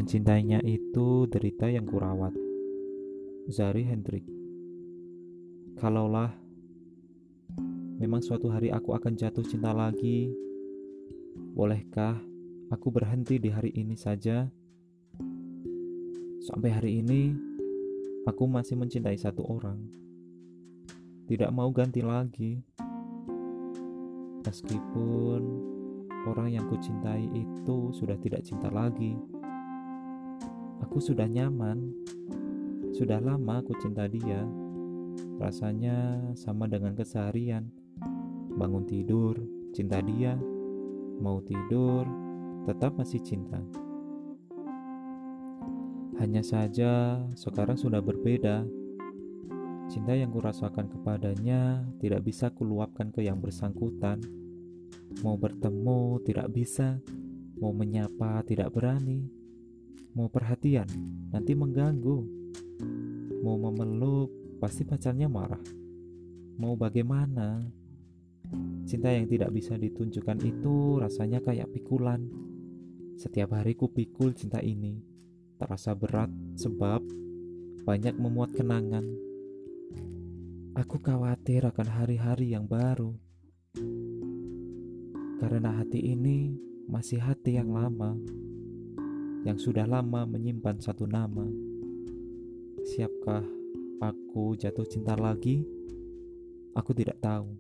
Mencintainya itu derita yang kurawat. Zari Hendrik. Kalaulah memang suatu hari aku akan jatuh cinta lagi, bolehkah aku berhenti di hari ini saja? Sampai hari ini, aku masih mencintai satu orang. Tidak mau ganti lagi. Meskipun orang yang kucintai itu sudah tidak cinta lagi. Aku sudah nyaman. Sudah lama aku cinta dia. Rasanya sama dengan keseharian. Bangun tidur, cinta dia. Mau tidur, tetap masih cinta. Hanya saja sekarang sudah berbeda. Cinta yang kurasakan kepadanya tidak bisa kuluapkan ke yang bersangkutan. Mau bertemu tidak bisa, mau menyapa tidak berani, mau perhatian nanti mengganggu, mau memeluk pasti pacarnya marah. Mau bagaimana? Cinta yang tidak bisa ditunjukkan itu rasanya kayak pikulan. Setiap hari ku pikul cinta ini. Terasa berat sebab banyak memuat kenangan. Aku khawatir akan hari-hari yang baru. Karena hati ini masih hati yang lama, yang sudah lama menyimpan satu nama. Siapkah aku jatuh cinta lagi? Aku tidak tahu.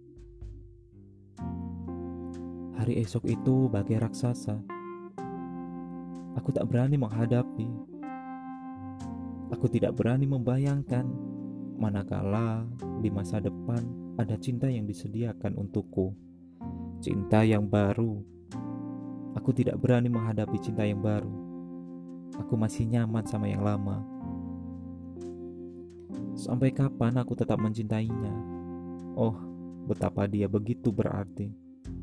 Hari esok itu bagai raksasa. Aku tak berani menghadapi. Aku tidak berani membayangkan manakala di masa depan ada cinta yang disediakan untukku. Cinta yang baru. Aku tidak berani menghadapi cinta yang baru. Aku masih nyaman sama yang lama. Sampai kapan aku tetap mencintainya? Oh, betapa dia begitu berarti.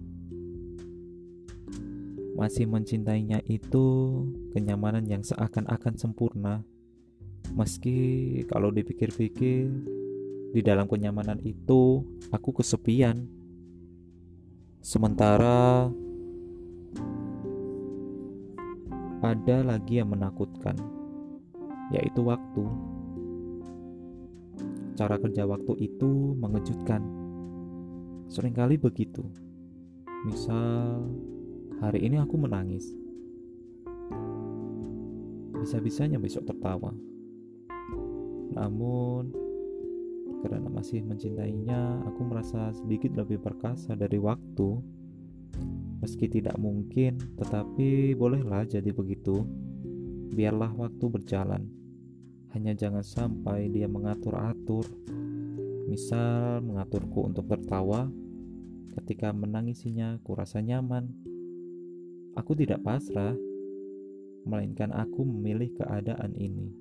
Masih mencintainya itu kenyamanan yang seakan-akan sempurna. Meski kalau dipikir-pikir, di dalam kenyamanan itu aku kesepian. Sementara ada lagi yang menakutkan, yaitu waktu. Cara kerja waktu itu mengejutkan. Seringkali begitu. Misal, hari ini aku menangis. Bisa-bisanya besok tertawa. Namun, karena masih mencintainya, aku merasa sedikit lebih perkasa dari waktu. Meski tidak mungkin, tetapi bolehlah jadi begitu. Biarlah waktu berjalan. Hanya jangan sampai dia mengatur-atur. Misal mengaturku untuk tertawa. Ketika menangisinya, ku rasa nyaman. Aku tidak pasrah, melainkan aku memilih keadaan ini.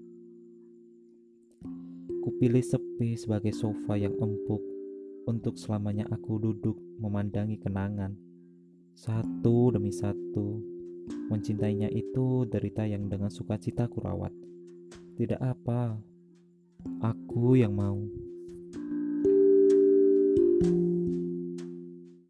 Kupilih sepi sebagai sofa yang empuk. Untuk selamanya aku duduk memandangi kenangan. Satu demi satu. Mencintainya itu derita yang dengan sukacita kurawat. Tidak apa, aku yang mau.